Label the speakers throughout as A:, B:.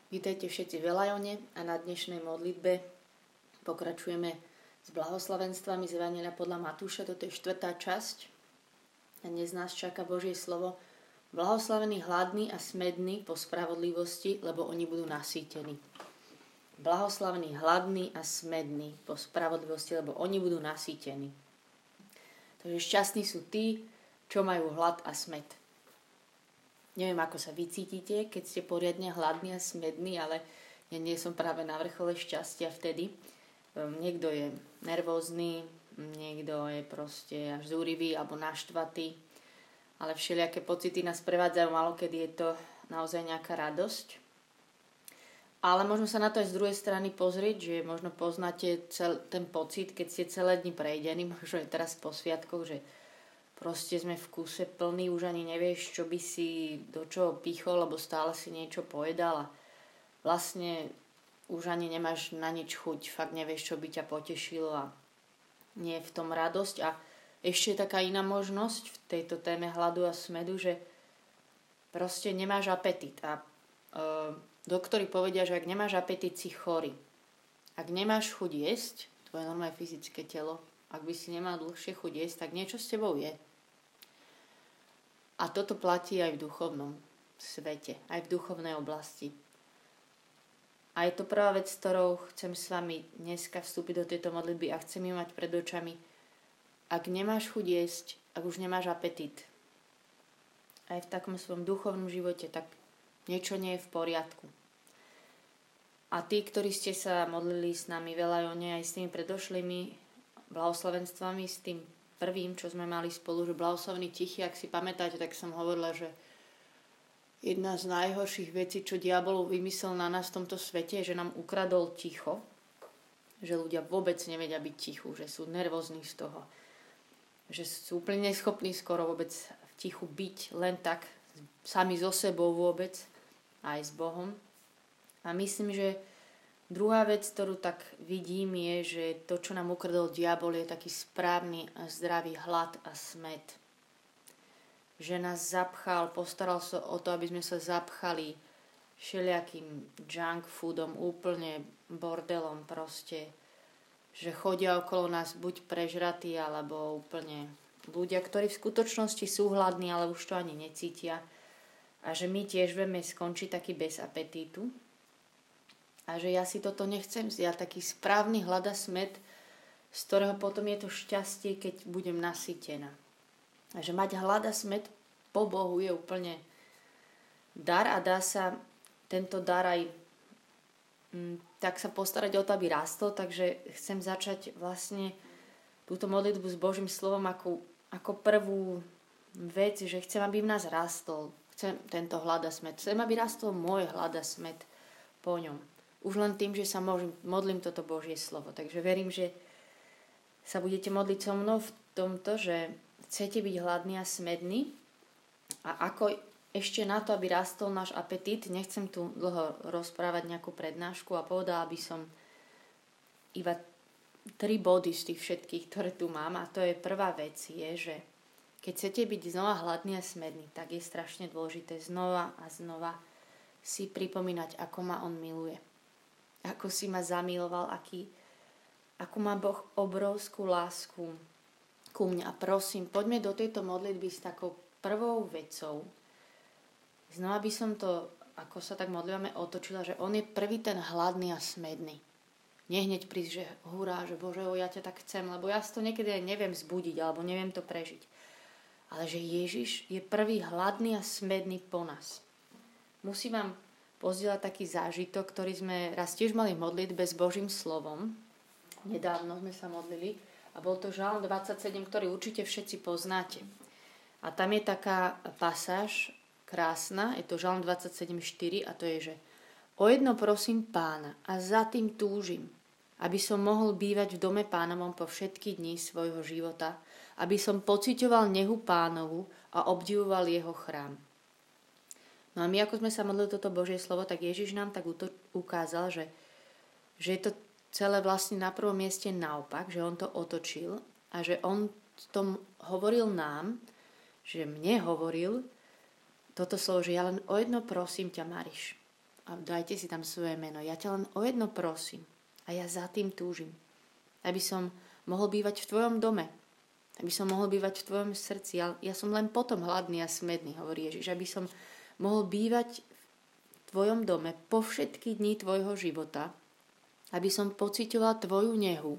A: Vítajte všetci v Elajone a na dnešnej modlitbe pokračujeme s blahoslavenstvami z Evanjelia podľa Matúša. Toto je 4. časť a dnes nás čaká Božie slovo. Blahoslavení hladní a smední po spravodlivosti, lebo oni budú nasýtení. Blahoslavení hladní a smední po spravodlivosti, lebo oni budú nasýtení. Takže šťastní sú tí, čo majú hlad a smäd. Neviem, ako sa vycítite, keď ste poriadne hladní a smední, ale ja nie som práve na vrchole šťastia vtedy. Niekto je nervózny, niekto je proste až zúrivý alebo naštvatý, ale všelijaké pocity nás prevádzajú, malokedy je to naozaj nejaká radosť. Ale možno sa na to aj z druhej strany pozrieť, že možno poznáte ten pocit, keď ste celé dni prejdení, možno aj teraz po sviatkoch, že proste sme v kúse plný, už ani nevieš, čo by si do čoho pichol, lebo stále si niečo pojedal a vlastne už ani nemáš na nič chuť, fakt nevieš, čo by ťa potešilo a nie je v tom radosť. A ešte je taká iná možnosť v tejto téme hladu a smedu, že proste nemáš apetít a doktori povedia, že ak nemáš apetít, si chorý. Ak nemáš chuť jesť, tvoje normálne fyzické telo, ak by si nemal dlhšie chuť jesť, tak niečo s tebou je. A toto platí aj v duchovnom svete, aj v duchovnej oblasti. A je to prvá vec, s ktorou chcem s vami dneska vstúpiť do tejto modlitby a chcem ju mať pred očami. Ak nemáš chuť jesť, ak už nemáš apetít, aj v takom svojom duchovnom živote, tak niečo nie je v poriadku. A tí, ktorí ste sa modlili s nami v Elajone aj s tými predošlými blahoslavenstvami, s tým prvým, čo sme mali spolu, že blahoslavný tichý, ak si pamätáte, tak som hovorila, že jedna z najhorších vecí, čo diabol vymyslel na nás v tomto svete, je, že nám ukradol ticho, že ľudia vôbec nevedia byť tichu, že sú nervózni z toho, že sú úplne neschopní skoro vôbec v tichu byť, len tak sami so sebou vôbec, aj s Bohom. A myslím, že druhá vec, ktorú tak vidím, je, že to, čo nám ukradol diabol, je taký správny a zdravý hlad a smäd. Že nás zapchal, postaral sa o to, aby sme sa zapchali všelijakým junk foodom, úplne bordelom proste. Že chodia okolo nás buď prežratí, alebo úplne ľudia, ktorí v skutočnosti sú hladní, ale už to ani necítia. A že my tiež vieme skončiť taký bez apetítu. A že ja si toto nechcem vziať, taký správny hlad a smäd, z ktorého potom je to šťastie, keď budem nasýtená. A že mať hlad a smäd po Bohu je úplne dar a dá sa tento dar aj tak sa postarať o to, aby rástol. Takže chcem začať vlastne túto modlitbu s Božím slovom ako prvú vec, že chcem, aby v nás rástol. Chcem tento hlad a smäd. Chcem, aby rástol môj hlad a smäd po ňom. Už len tým, že sa modlím toto Božie slovo. Takže verím, že sa budete modliť so mnou v tomto, že chcete byť hladní a smední. A ako ešte na to, aby rastol náš apetít, nechcem tu dlho rozprávať nejakú prednášku a povedala by som iba 3 body z tých všetkých, ktoré tu mám. A to je prvá vec, je, že keď chcete byť znova hladní a smední, tak je strašne dôležité znova a znova si pripomínať, ako ma On miluje. Ako si ma zamiloval, akú má Boh obrovskú lásku ku mne. A prosím, poďme do tejto modlitby s takou prvou vecou. Znova by som to, ako sa tak modlíme, otočila, že On je prvý ten hladný a smedný. Nehneď prísť, že hurá, že Bože, ja ťa tak chcem, lebo ja si to niekedy aj neviem vzbudiť, alebo neviem to prežiť. Ale že Ježiš je prvý hladný a smedný po nás. Musím vám pozdieľať taký zážitok, ktorý sme raz tiež mali v modlitbe s Božím slovom. Nedávno sme sa modlili a bol to Žalm 27, ktorý určite všetci poznáte. A tam je taká pasáž krásna, je to Žalm 27:4 a to je, že o jedno prosím Pána a za tým túžim, aby som mohol bývať v dome Pánovom po všetky dni svojho života, aby som pociťoval nehu Pánovu a obdivoval jeho chrám. No a my, ako sme sa modlili toto Božie slovo, tak Ježiš nám tak ukázal, že je to celé vlastne na prvom mieste naopak, že on to otočil a že on tom hovoril nám, že mne hovoril toto slovo, že ja len o jedno prosím ťa, Mariš. a dajte si tam svoje meno. Ja ťa len o jedno prosím a ja za tým túžim. Aby som mohol bývať v tvojom dome. Aby som mohol bývať v tvojom srdci. Ja som len potom hladný a smedný, hovorí Ježiš. Aby som mohol bývať v tvojom dome po všetky dni tvojho života. Aby som pociťoval tvoju nehu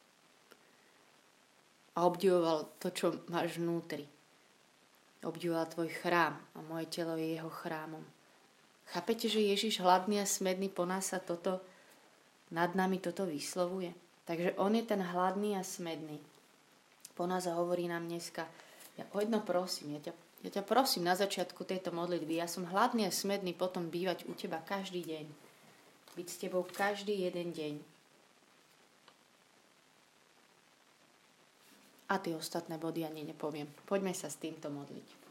A: a obdivoval to, čo máš vnútri. Obdivoval tvoj chrám a moje telo je jeho chrámom. Chápete, že Ježiš hladný a smedný po nás sa nad nami toto vyslovuje? Takže on je ten hladný a smedný. Po nás a hovorí nám dneska, ja o jedno prosím, ja ťa prosím na začiatku tejto modlitby, ja som hladný a smedný potom bývať u teba každý deň. Byť s tebou každý jeden deň. A tie ostatné body ani nepoviem. Poďme sa s týmto modliť.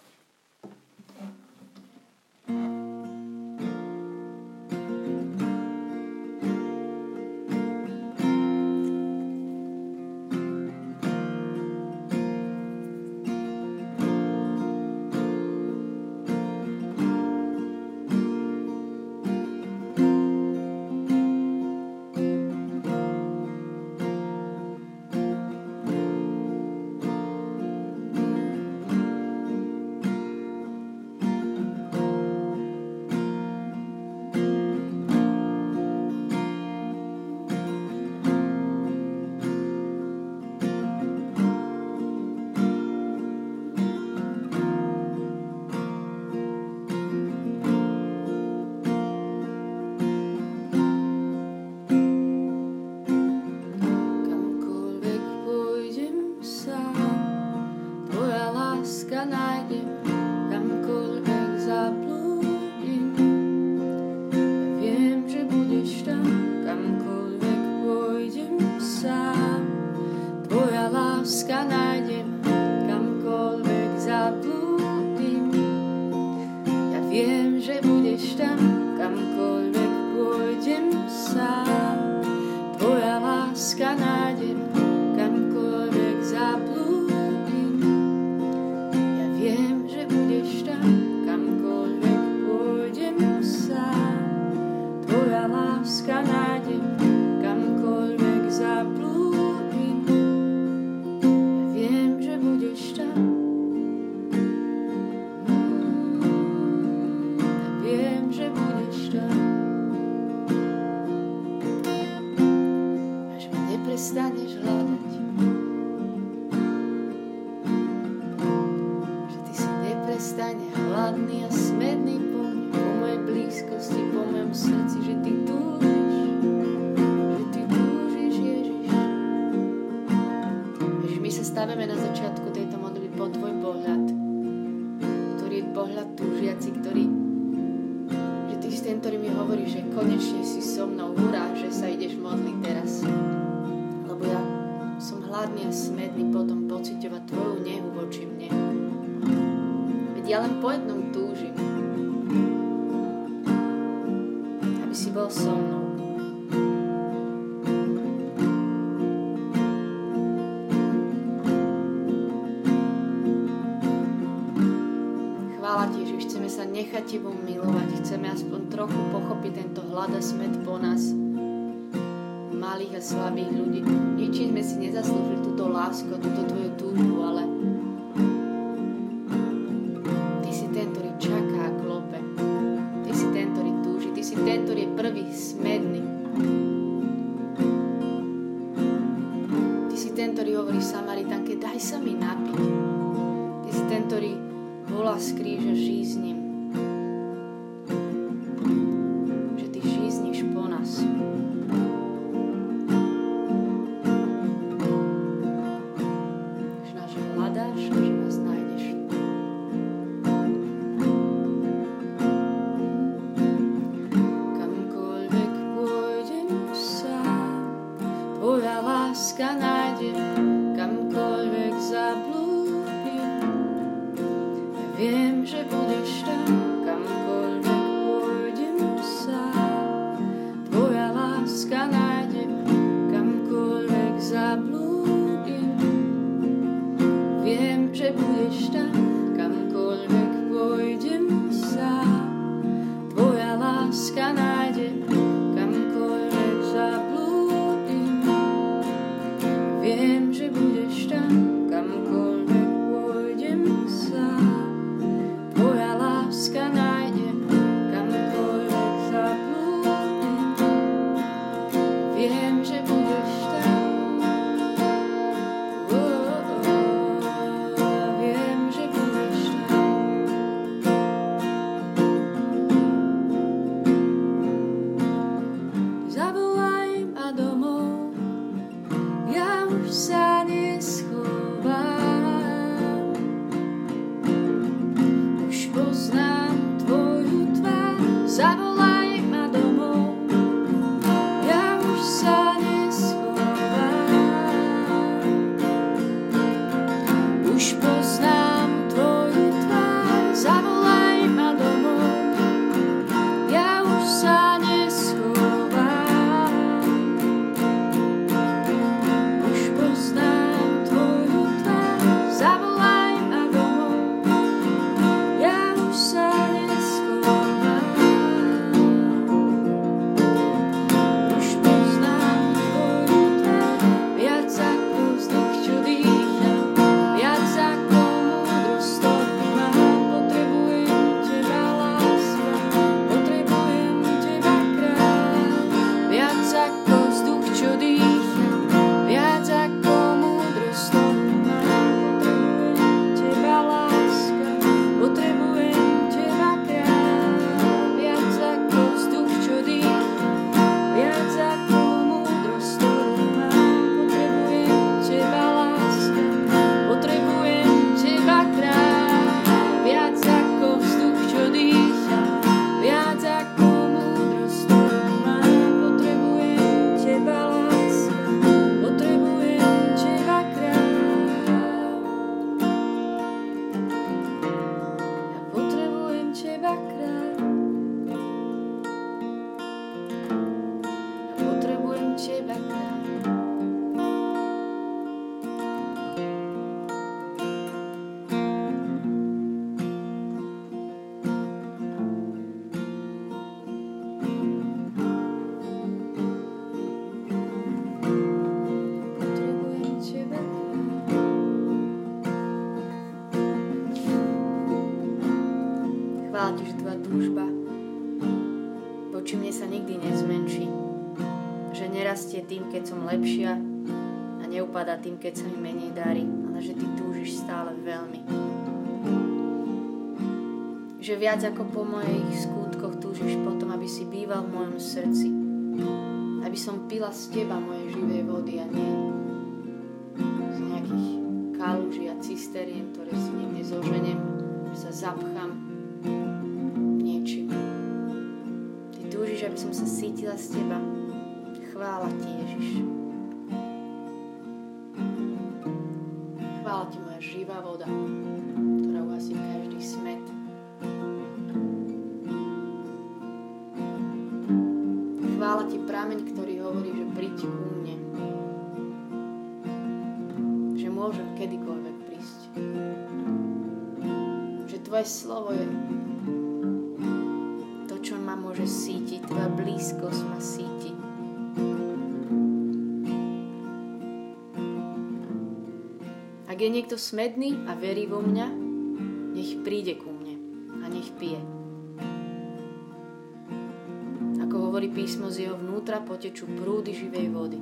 A: Prestaneš hľadať. Že ty si neprestane hladný a smedný po mojej blízkosti, po mojom srdci, že ty túžiš, Ježiš. Ježiš, my sa stavíme na začiatku tejto modlitby po tvoj pohľad, ktorý je pohľad túžiaci, že ty si ten, ktorý mi hovorí, že konečne si so mnou, hurá, že sa ideš modliť teraz. Lebo ja som hladný a smedný potom pociťovať tvoju nehu voči mne. Veď ja len po jednom túžim. Aby si bol so mnou. Chvála ti, že chceme sa nechať tebou milovať. Chceme aspoň trochu pochopiť tento hlad a smäd po nás. Malých a slabých ľudí. Ničím sme si nezaslúžili túto lásku, túto tvoju túžbu, ale ty si ten, ktorý čaká a klope. Ty si ten, ktorý túži. Ty si ten, ktorý je prvý smedný. Ty si ten, ktorý hovorí Samaritánke, daj sa mi napiť. Ty si ten, ktorý volá z kríža, žízním. Že ty žízniš po nás. Láska nájde, kamkoľvek zablúdim. Ja viem, že budeš tam. zavolaj ma domov, ja už sa neschovám. Už poznám tvoju tvár, zavolaj ma domov, ja už sa neschovám. Už poznám tvoju tvár, zavolaj ma domov, ja už sa neschovám. Už poznám tvoju tvár, viac ako vzduch, čo dýcham, viac ako múdrosť, ktorú mám. Potrebujem teba, láska, potrebujem teba, kráľ. Viac ako vzduch, čo dýcham, viac ako múdrosť, ktorú mám. Potrebujem teba, láska, potrebujem teba, kráľ. Viac ako vzduch, čo dýcham, viac ako múdrosť, ktorú mám. Potrebujem teba, láska, potrebujem teba, kráľ. Viac ako vzduch, čo dýcham, viac ako múdrosť, ktorú mám. Potrebujem teba, láska, potrebujem teba, kráľ. Ja potrebujem teba, kráľ. Ja potrebujem teba, kráľ. Potrebujem teba, kráľ. Chvála ti, že tvoja túžba voči mne sa nikdy nezmenší. Že nerastie tým, keď som lepšia, a neupadá tým, keď sa mi menej darí, ale že ty túžiš stále veľmi. Že viac ako po mojich skutkoch túžiš potom, aby si býval v mojom srdci. Aby som pila z teba moje živé vody a nie z nejakých kaluží a cisterien, ktoré si niekde zoženiem, že sa zapchám niečím. Ty túžiš, aby som sa cítila z teba. Chvála ti, Ježiš. Chvála ti, moja živá voda, ktorá uhasí každý smäd. Chvála ti, prameň, ktorý hovorí, že príď ku mne. Že môžem kedykoľvek prísť. Že tvoje slovo je to, čo ma môže sítiť. Tvoja blízkosť ma síti. Ak je niekto smedný a verí vo mňa, nech príde ku mne a nech pije. Ako hovorí písmo, z jeho vnútra potečú prúdy živej vody.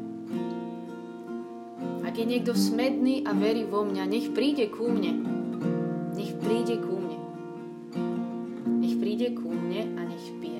A: Ak je niekto smedný a verí vo mňa, nech príde ku mne. Nech príde ku mne. Nech príde ku mne a nech pije.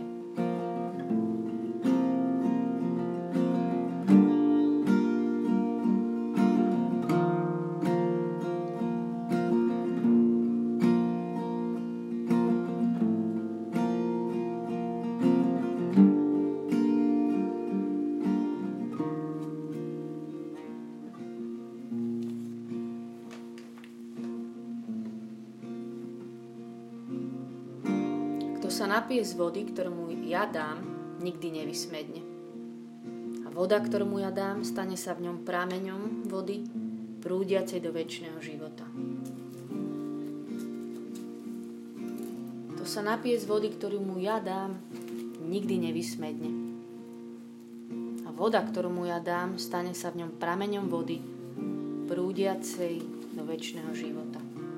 A: Kto sa napije z vody, ktorú mu ja dám, nikdy nevysmedne. A voda, ktorú mu ja dám, stane sa v ňom prameňom vody, prúdiacej do večného života. Kto sa napije z vody, ktorú mu ja dám, nikdy nevysmedne. A voda, ktorú mu ja dám, stane sa v ňom prameňom vody, prúdiacej do večného života.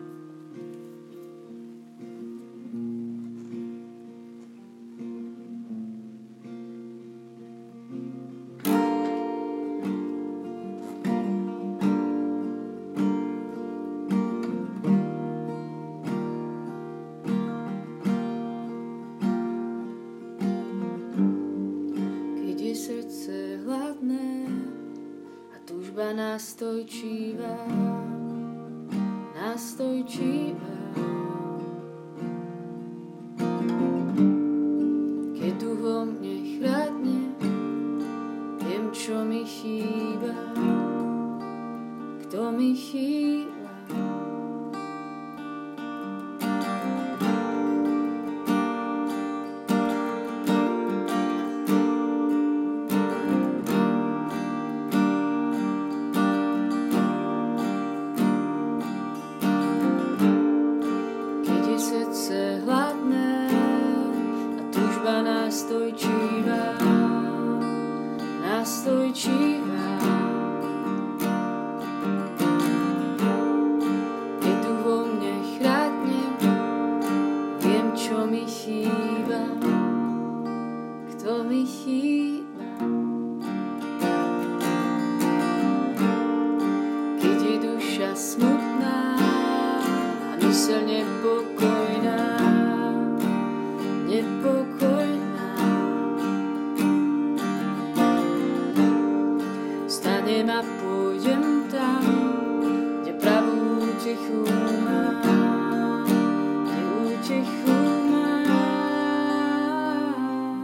A: Srdce hladné a túžba nastojčivá, nastojčivá. Keď tu vo mne chrátne, viem, čo mi chýba, kto mi chýba. Keď je duša smutná a myseľ nepokojná, stanem a pôjdem tam, kde pravú útechu mám, kde útechu mám.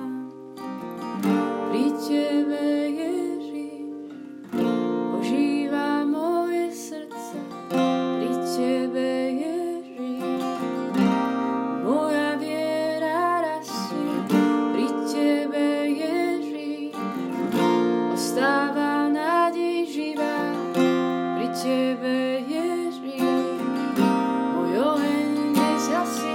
A: Pri tebe, Ježiš, ožíva moje srdce, pri tebe, Ježiš, moja viera rastie, pri tebe, Ježiš, ostáva nádej živá, pri tebe, Ježiš, môj oheň nezhasí.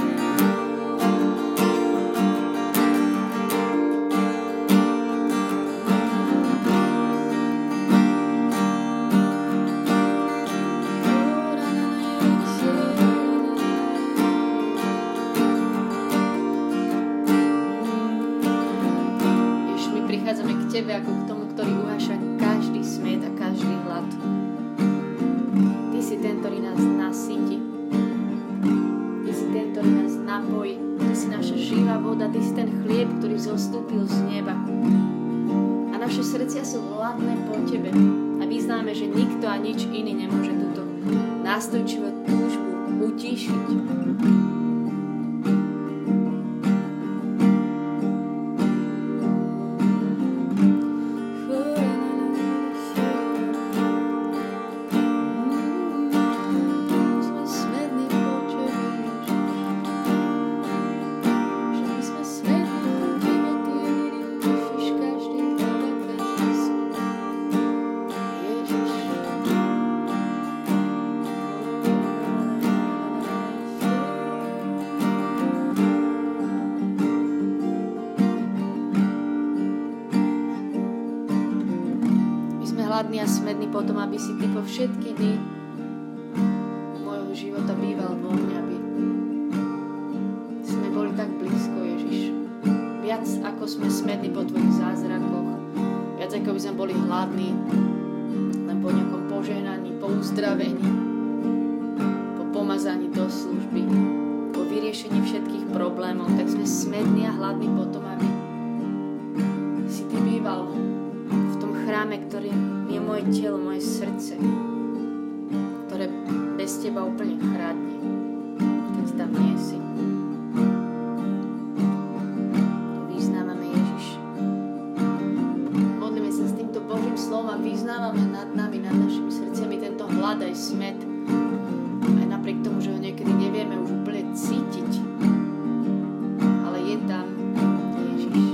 A: Prichádzame k tebe ako k tomu, ktorý uháša každý smäd a každý hlad. Ty si ten, ktorý nás nasýti. Ty si ten, ktorý nás napojí. Ty si naša živá voda. Ty si ten chlieb, ktorý zostúpil z neba. A naše srdcia sú hladné po tebe. A vyznáme, že nikto a nič iný nemôže túto nástojčivú túžbu utíšiť. Hladný a smedný potom, aby si ty po všetky dny môjho života býval vo mňa, aby sme boli tak blízko, Ježiš. Viac ako sme smední po tvojich zázrakoch, viac ako by sme boli hladní len po nejakom požehnaní, po uzdravení, po pomazaní do služby, po vyriešení všetkých problémov, tak sme smední a hladní potom, aby si ty býval v tom chráme, ktorý je moje telo, moje srdce, ktoré bez teba úplne chrádne, keď tam nie si. Vyznávame, Ježiš. Modlíme sa s týmto Božím slovom a vyznávame nad nami, nad našimi srdciami tento hlad aj smäd. Aj napriek tomu, že ho niekedy nevieme už úplne cítiť, ale je tam Ježiš.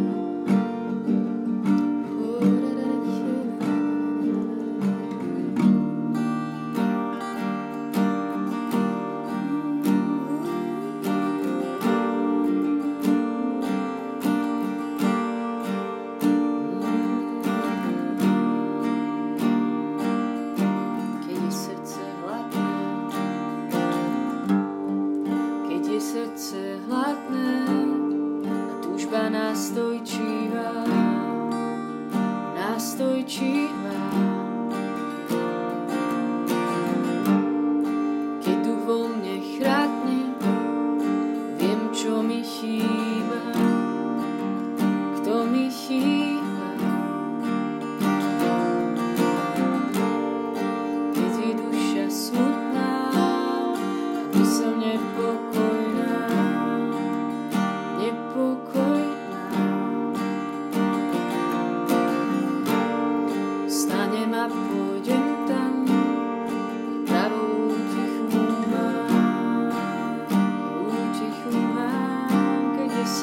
A: Srdce hladné a túžba nastojčivá, nastojčivá. Keď tu vo mne chrátne, viem, čo mi chýba, kto mi chýba. Keď je duša smutná a mysel nepokojná, stanem a pôjdem tam, pravú útichu mám, keď je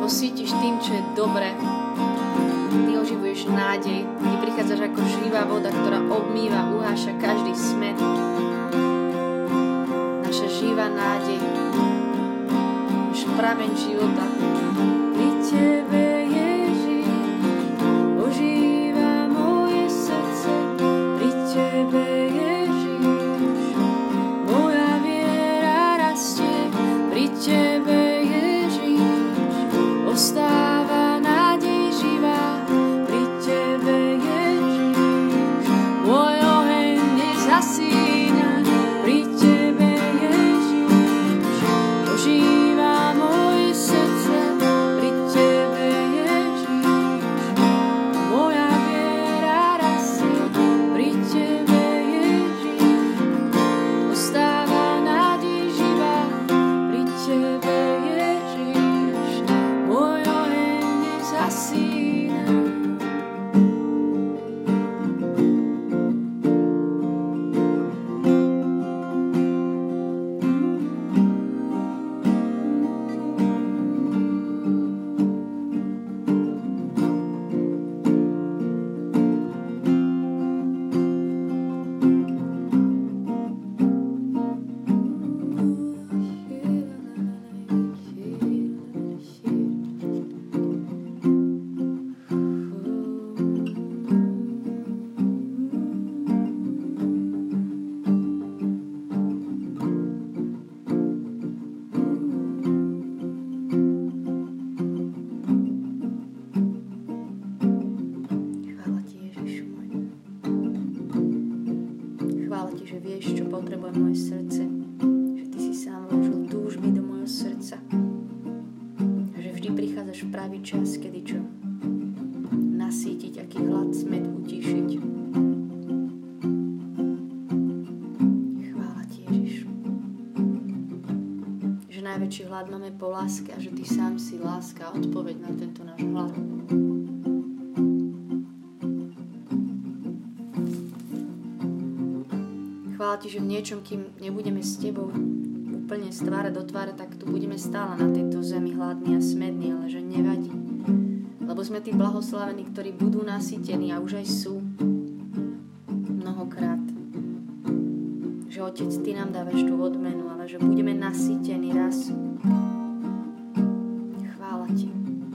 A: osvítiš tým, čo je dobre. Ty oživuješ nádej. Ty prichádzaš ako živá voda, ktorá obmýva, uháša každý smet. Naša živá nádej. Už prameň života. Pri tebe, Ježiš, ožíva moje srdce. Pri tebe, Ježiš, moja viera rastie. Pri tebe, Ježiš, ostáva nádej živá. Pri tebe, Ježiš, môj oheň nezhasína. Pri tebe, Ježiš, ožíva moje srdce. Pri tebe, Ježiš, moja viera rastie. Pri tebe, Ježiš, ostáva nádej živá. Pri tebe, Ježiš, môj oheň nezhasína. Chvála ti, Ježišu môj. Chvála ti, že vieš, čo potrebuje moje srdce. Že ty si sám vložil túžby do môjho srdca. A že vždy prichádzaš v pravý čas, kedy čo nasýtiť, aký hlad, smäd utíšiť. Chvála ti, Ježišu. Že najväčší hlad máme po láske a že ty sám si láska a odpoveď na tento náš hlad. Chvála ti, že v niečom, kým nebudeme s tebou úplne z tváre do tváre, tak tu budeme stále na tejto zemi hladní a smední, ale že nevadí. Lebo sme tí blahoslavení, ktorí budú nasýtení a už aj sú mnohokrát. Že Otec, ty nám dávaš tú odmenu, ale že budeme nasýtení raz. Chvála ti.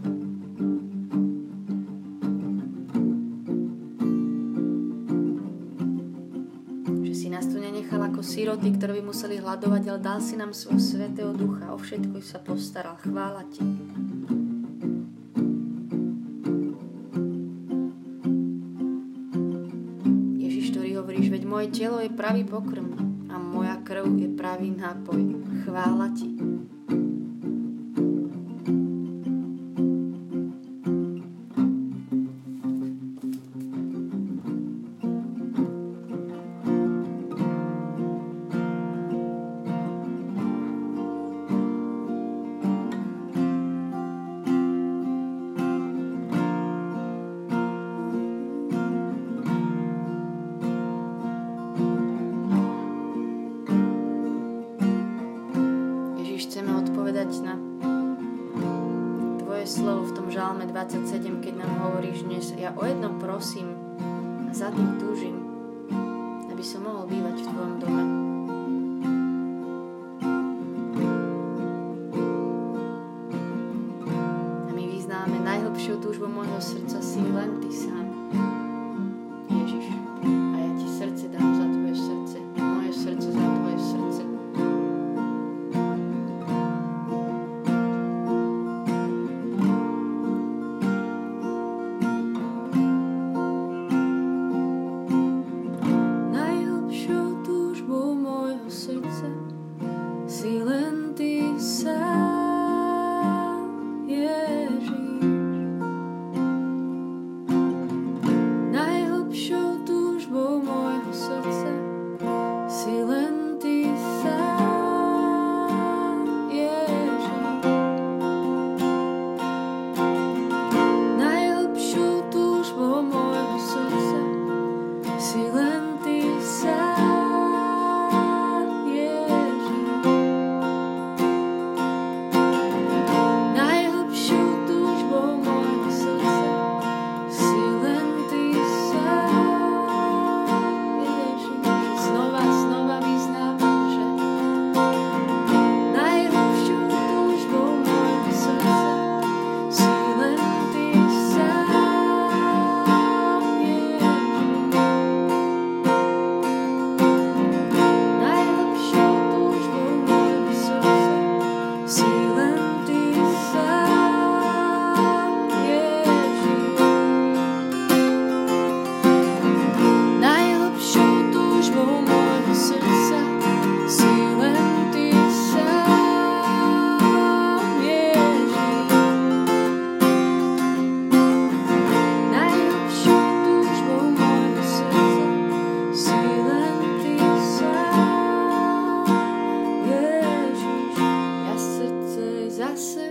A: Nás tu nenechal ako siroty, ktoré by museli hladovať, ale dal si nám svojho svätého ducha. O všetko sa postaral. Chvála ti. Ježiš, ktorý hovoríš, veď moje telo je pravý pokrm a moja krv je pravý nápoj. Chvála ti. Na tvoje slovo v tom žalme 27, keď nám hovoríš dnes, ja o jedno prosím a za tým túžim, aby som mohol bývať v tvojom dome. A my vyznáme najhlbšiu túžbu môjho srdca si len ty sám, Ježiš. A ja ti srdce dám za tvoje srdce, moje srdce za tvoje srdce.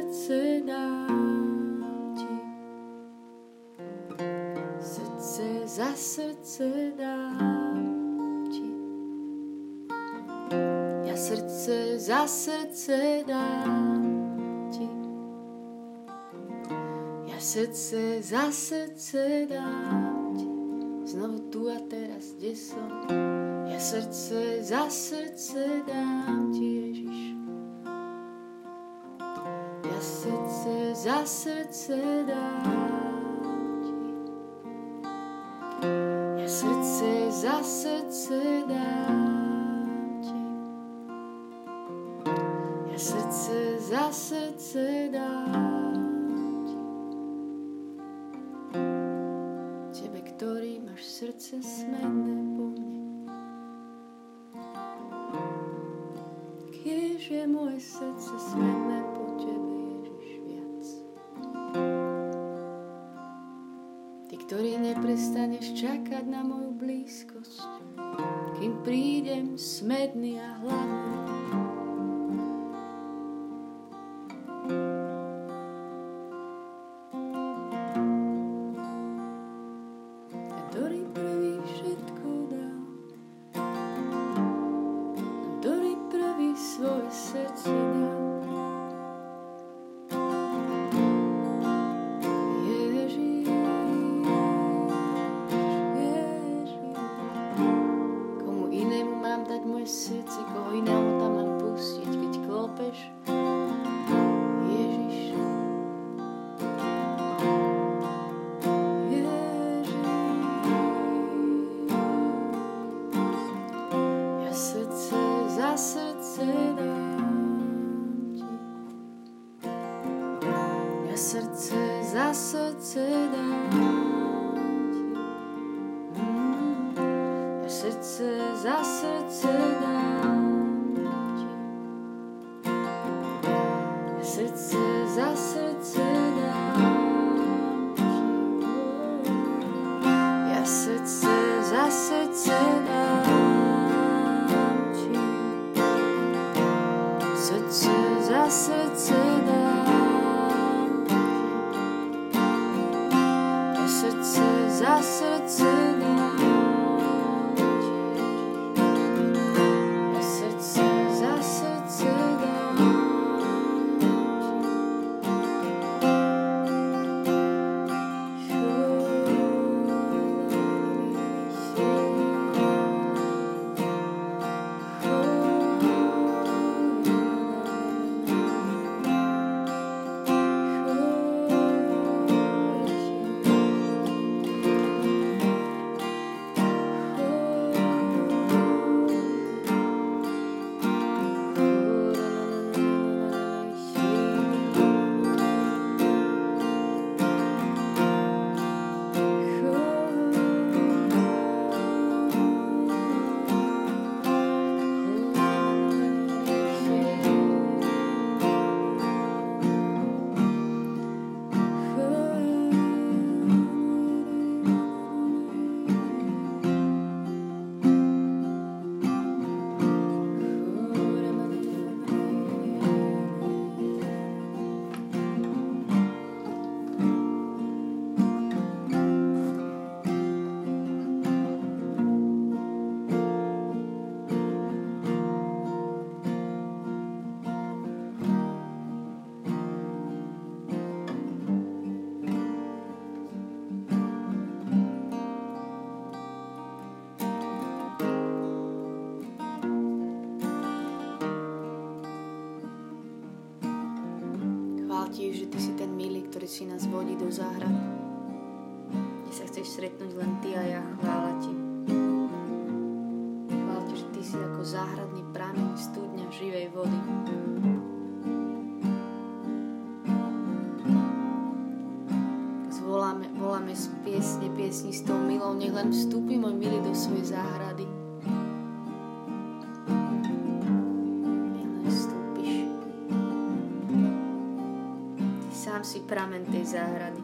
A: srdce dám ti. Srdce za srdce dám ti. Ja srdce za srdce dám ti. Ja srdce za srdce dám ti. Znovu tu a teraz, kde som? Ja srdce za srdce dám ti, Ježiš. Ja srdce za srdce dám ti. Ja srdce za srdce dám ti. Ja srdce za srdce dám ti. Tebe, ktorý máš srdce smenné po mne. Kiež je moje srdce smenné po tebe, Ježiš, viac. Ty, ktorý neprestaneš čakať na moju blízkosť, kým prídem smedný a hladný. Ktorý prvý všetko dal, ktorý prvý svoje srdce dal. Ježiš, Ježiš. Komu inému mám dať moje srdce, koho iného tam mám pustiť, keď klopeš? Ježiš. Srdce dám ti. Ja srdce za srdce dám ti. Ja srdce za srdce dám ti. Ja srdce za srdce dám ti. Ja srdce za srdce dám. Srdce za srdce dám ti. Ja srdce za srdce dám ti. Ja srdce za srdce dám ti. Ti, že ty si ten milý, ktorý si nás vodí do záhrad, kde sa chceš stretnúť len ty a ja. Chvála ti. Chvála ti, že ty si ako záhradný prameň, studňa živej vody. Voláme z piesni s tou milou, nech len vstúpi môj milý do svojej záhrady. Si pramen tej záhrady.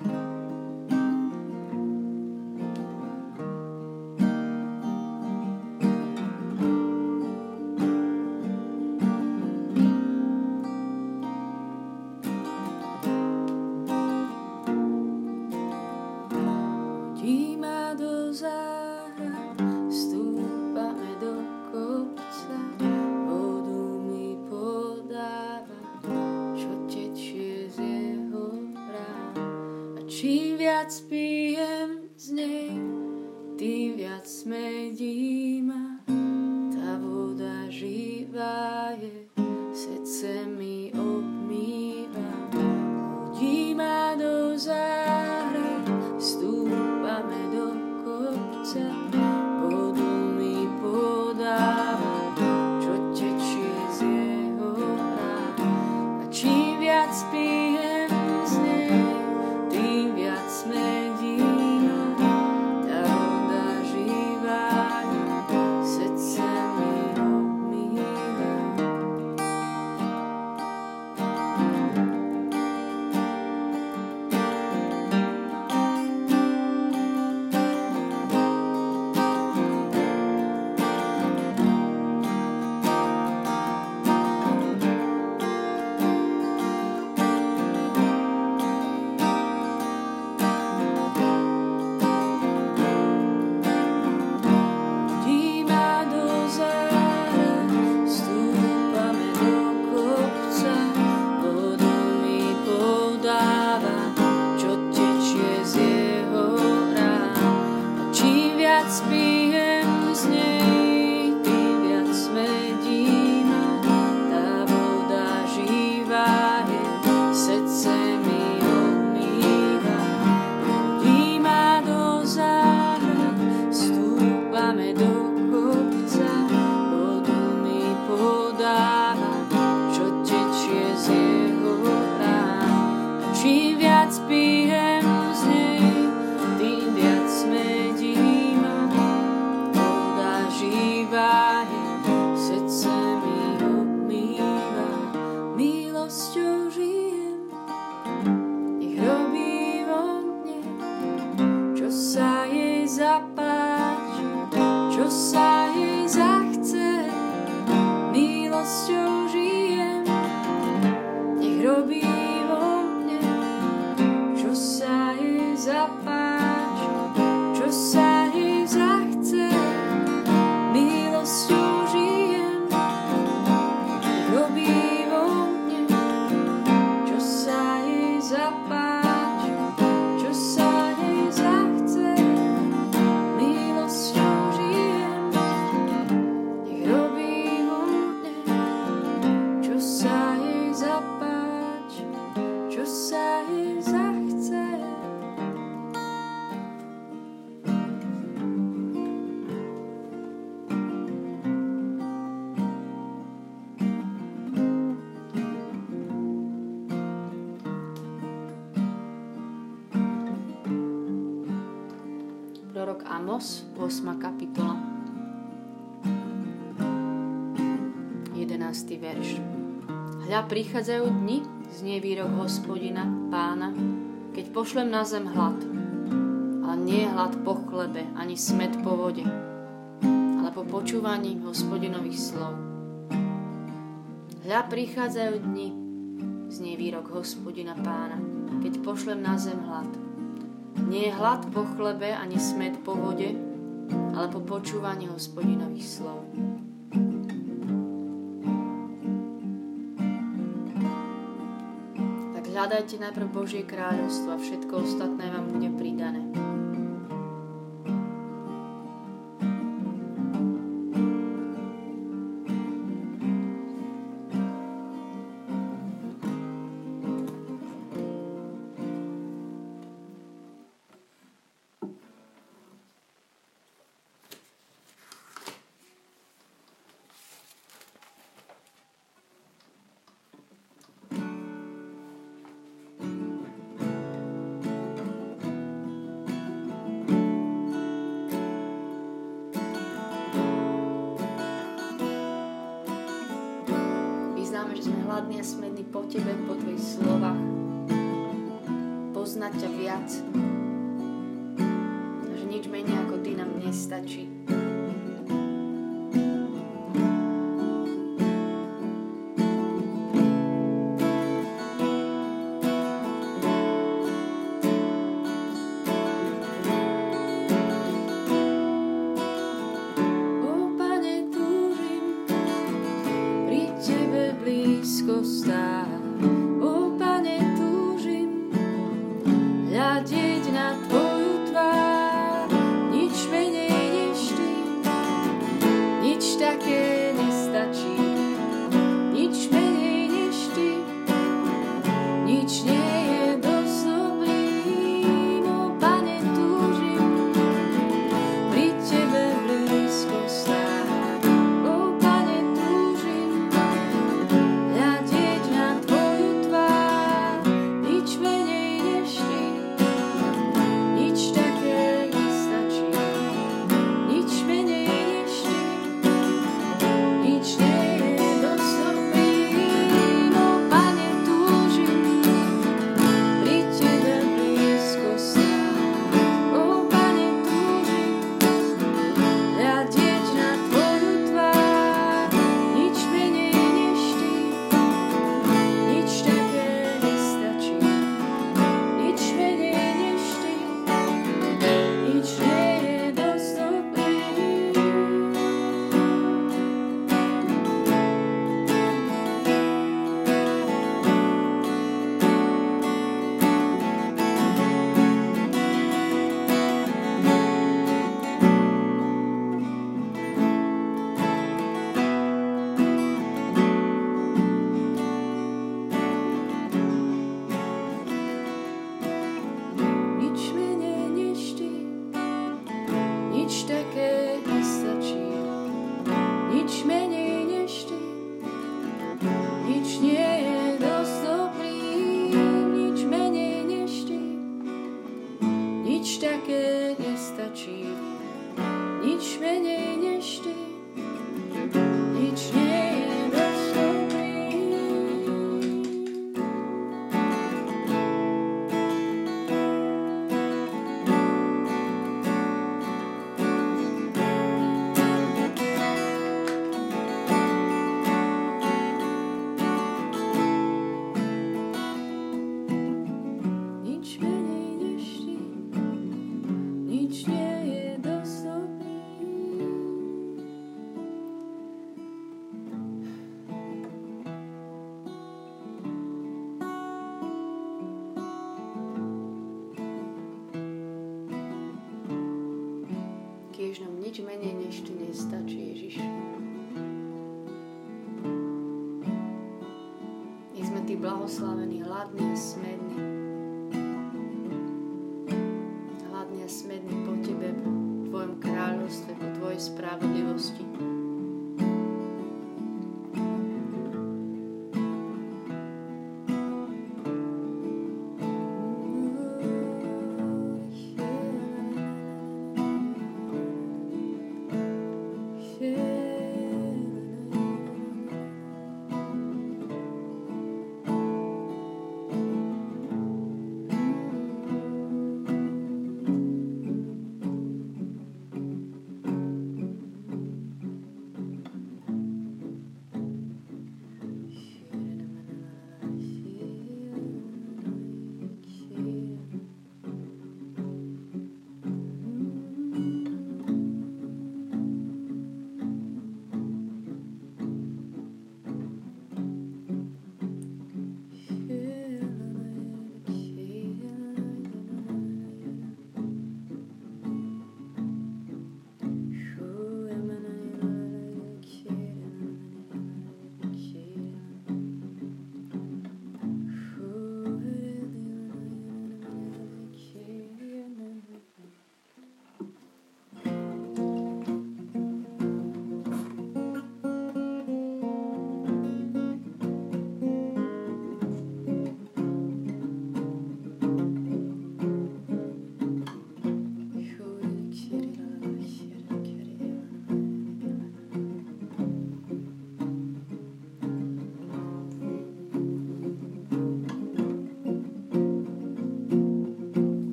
A: Čím viac pijem z nej, tým viac smedí ma. Tá voda živá je, srdce mi obmýva. Hodí ma do záhrad, vstúpame do kopca. Vodu mi podáva, čo tečie z jeho rán. A čím viac pijem z nej, tým viac smedí ma. Tá voda živá je, srdce mi obmýva. Prorok Amos, 8. kapitola, 11. verš. Hľa, prichádzajú dni, znie výrok Hospodina, Pána, keď pošlem na zem hlad. Ale nie je hlad po chlebe, ani smäd po vode, ale po počúvaní Hospodinových slov. Hľa, prichádzajú dni, znie výrok Hospodina, Pána, keď pošlem na zem hlad. Nie je hlad po chlebe, ani smäd po vode, ale po počúvaní Hospodinových slov. Tak hľadajte najprv Božie kráľovstvo a všetko ostatné vám bude pridané. Že sme hladní a smední po Tebe, po Tvojich slovách, poznať ťa viac, že nič menej ako Ty nám nestačí. O Pane, túžim hľadiť nič menej než Ty nestačí, Ježiš. My sme Ty blahoslavení, hladní a smední. Hladní a smední po Tebe, po Tvojom kráľovstve, po Tvojej spravodlivosti.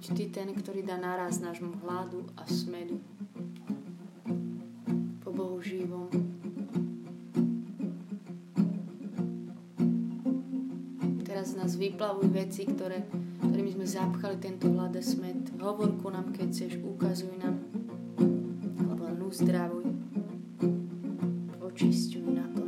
A: buď Ty ten, ktorý dá naraz nášmu hladu a smedu po Bohu živom. Teraz nás vyplavuj veci, ktorými sme zapchali tento hlad a smed. Hovor ku nám, keď chceš, ukazuj nám, alebo len uzdravuj, očisťuj, naplňuj.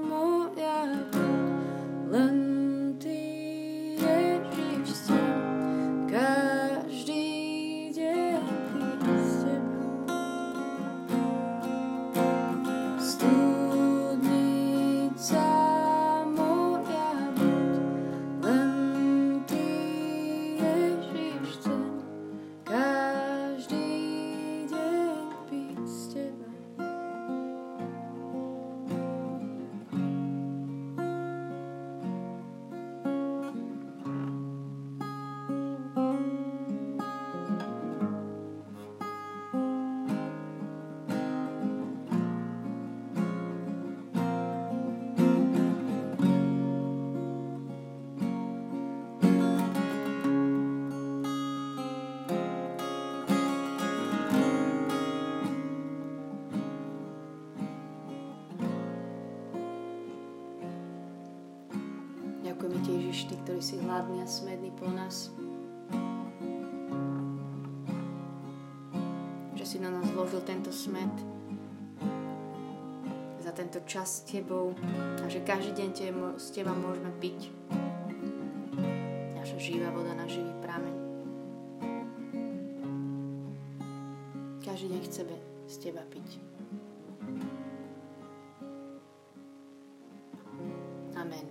A: moja buď, len Ty, Ježiš, chcem každý deň byť s Tebou. Studnica moja buď, len Ty, Ježiš, chcem každý deň byť s Tebou. Ďakujeme Ti, Ježiš, Ty, ktorý si hladný a smedný po nás. Že si na nás vložil tento smet za tento čas s Tebou a že každý deň z Teba môžeme piť. Naša živá voda, náš živý prameň. Každý deň chceme z Teba piť. Amen.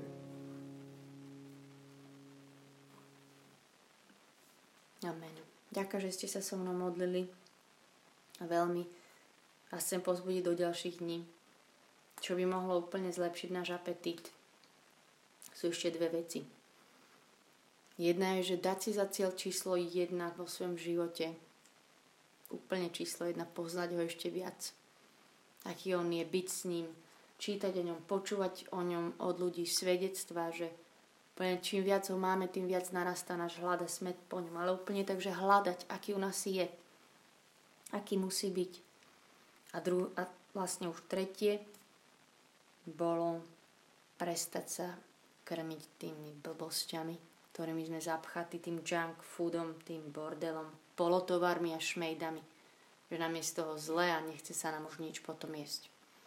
A: Amen. Ďakujem, že ste sa so mnou modlili a veľmi vás chcem povzbudiť do ďalších dní, čo by mohlo úplne zlepšiť náš apetít. Sú ešte dve veci. Jedna je, že dať si za cieľ číslo 1 vo svojom živote. Úplne číslo 1, poznať ho ešte viac. Aký on je, byť s ním, čítať o ňom, počúvať o ňom od ľudí, svedectvá, že čím viac ho máme, tým viac narastá náš hlad a smäd po ňom. Ale úplne tak, že hľadať, aký u nás je. Aký musí byť. A vlastne už tretie bolo prestať sa krmiť tými blbosťami, ktorými sme zapchatí, tým junk foodom, tým bordelom, polotovarmi a šmejdami. Že nám je z toho zle a nechce sa nám už nič potom jesť.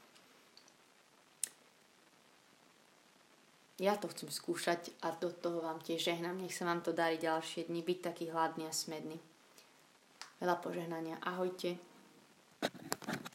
A: Ja to chcem skúšať a do toho vám tiež žehnám. Nech sa vám to darí ďalšie dni, byť taký hladný a smedný. Veľa požehnania. Ahojte.